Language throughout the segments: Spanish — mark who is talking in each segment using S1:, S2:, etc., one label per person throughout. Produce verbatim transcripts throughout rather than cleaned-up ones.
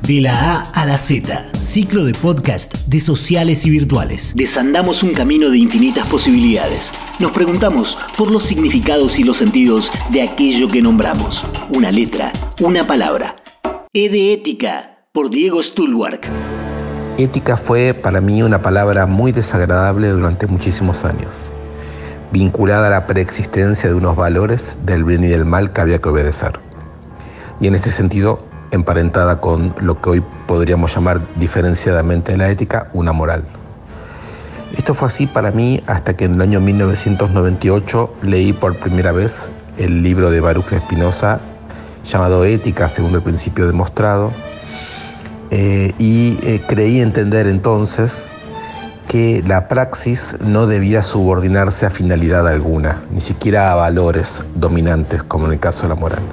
S1: De la A a la Z, ciclo de podcast de sociales y virtuales. Desandamos un camino de infinitas posibilidades. Nos preguntamos por los significados y los sentidos de aquello que nombramos. Una letra, una palabra. E de ética, por Diego Stulwark.
S2: Ética fue para mí una palabra muy desagradable durante muchísimos años, vinculada a la preexistencia de unos valores del bien y del mal que había que obedecer. Y en ese sentido, emparentada con lo que hoy podríamos llamar diferenciadamente de la ética, una moral. Esto fue así para mí hasta que en el año mil novecientos noventa y ocho leí por primera vez el libro de Baruch de Spinoza llamado Ética según el principio demostrado, eh, y eh, creí entender entonces que la praxis no debía subordinarse a finalidad alguna, ni siquiera a valores dominantes como en el caso de la moral.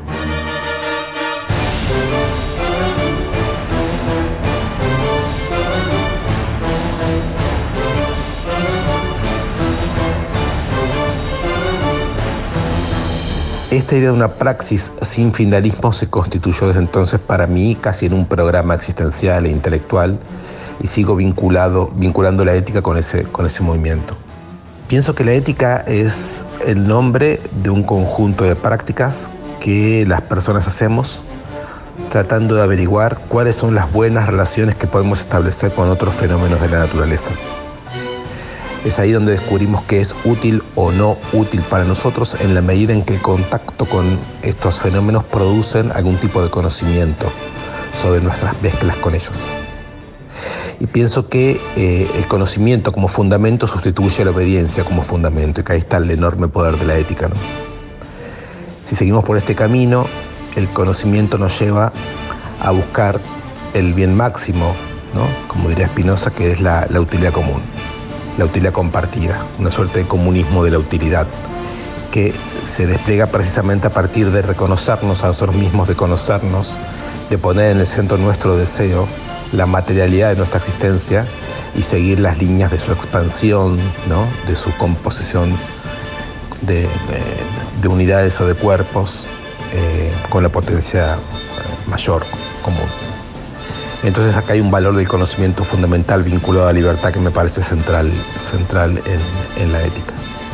S2: Esta idea de una praxis sin finalismo se constituyó desde entonces para mí casi en un programa existencial e intelectual, y sigo vinculado, vinculando la ética con ese, con ese movimiento. Pienso que la ética es el nombre de un conjunto de prácticas que las personas hacemos tratando de averiguar cuáles son las buenas relaciones que podemos establecer con otros fenómenos de la naturaleza. Es ahí donde descubrimos que es útil o no útil para nosotros en la medida en que el contacto con estos fenómenos producen algún tipo de conocimiento sobre nuestras mezclas con ellos. Y pienso que eh, el conocimiento como fundamento sustituye a la obediencia como fundamento, y que ahí está el enorme poder de la ética, ¿no? Si seguimos por este camino, el conocimiento nos lleva a buscar el bien máximo, ¿no? Como diría Spinoza, que es la, la utilidad común. La utilidad compartida, una suerte de comunismo de la utilidad que se despliega precisamente a partir de reconocernos a nosotros mismos, de conocernos, de poner en el centro nuestro deseo, la materialidad de nuestra existencia y seguir las líneas de su expansión, ¿no? De su composición de, de, de unidades o de cuerpos eh, con la potencia mayor común. Entonces acá hay un valor del conocimiento fundamental vinculado a la libertad que me parece central, central en, en la ética.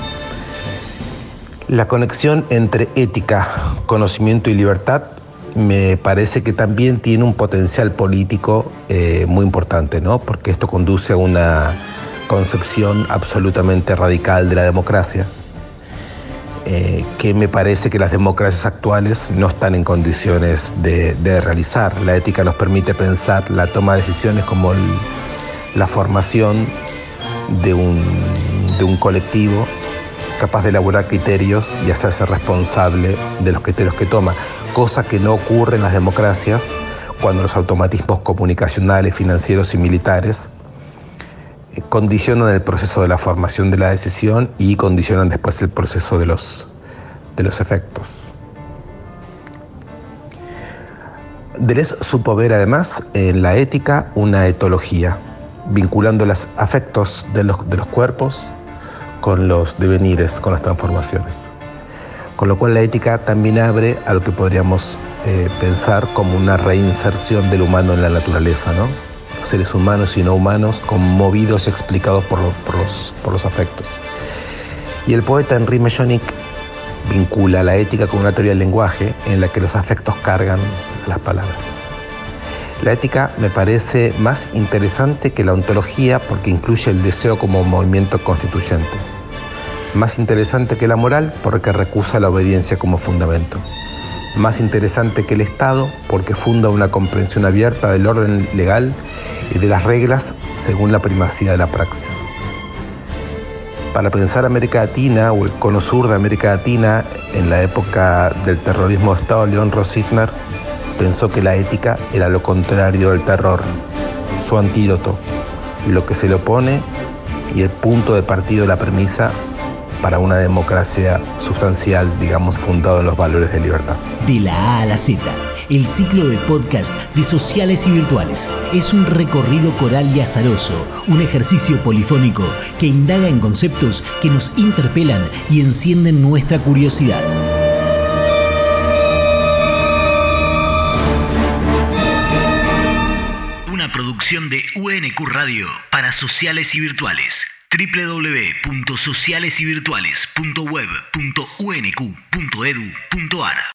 S2: La conexión entre ética, conocimiento y libertad me parece que también tiene un potencial político eh, muy importante, ¿no? Porque esto conduce a una concepción absolutamente radical de la democracia, Eh, que me parece que las democracias actuales no están en condiciones de, de realizar. La ética nos permite pensar la toma de decisiones como el, la formación de un, de un colectivo capaz de elaborar criterios y hacerse responsable de los criterios que toma, cosa que no ocurre en las democracias cuando los automatismos comunicacionales, financieros y militares condicionan el proceso de la formación de la decisión y condicionan después el proceso de los, de los efectos. Deleuze supo ver además en la ética una etología, vinculando los afectos de los, de los cuerpos con los devenires, con las transformaciones. Con lo cual la ética también abre a lo que podríamos eh, pensar como una reinserción del humano en la naturaleza, ¿no? Seres humanos y no humanos, conmovidos y explicados por, lo, por, los, por los afectos. Y el poeta Henri Mechanic vincula la ética con una teoría del lenguaje en la que los afectos cargan las palabras. La ética me parece más interesante que la ontología porque incluye el deseo como movimiento constituyente. Más interesante que la moral porque recusa la obediencia como fundamento. Más interesante que el Estado porque funda una comprensión abierta del orden legal y de las reglas según la primacía de la praxis. Para pensar América Latina o el cono sur de América Latina en la época del terrorismo de Estado, León Rossigner pensó que la ética era lo contrario del terror, su antídoto, lo que se le opone y el punto de partida de la premisa para una democracia sustancial, digamos, fundada en los valores de libertad.
S1: De la A a la Z, el ciclo de podcast de sociales y virtuales es un recorrido coral y azaroso, un ejercicio polifónico que indaga en conceptos que nos interpelan y encienden nuestra curiosidad. producción de U N Q Radio para Sociales y Virtuales. doble u doble u doble u punto sociales y virtuales punto web punto u n q punto edu punto a r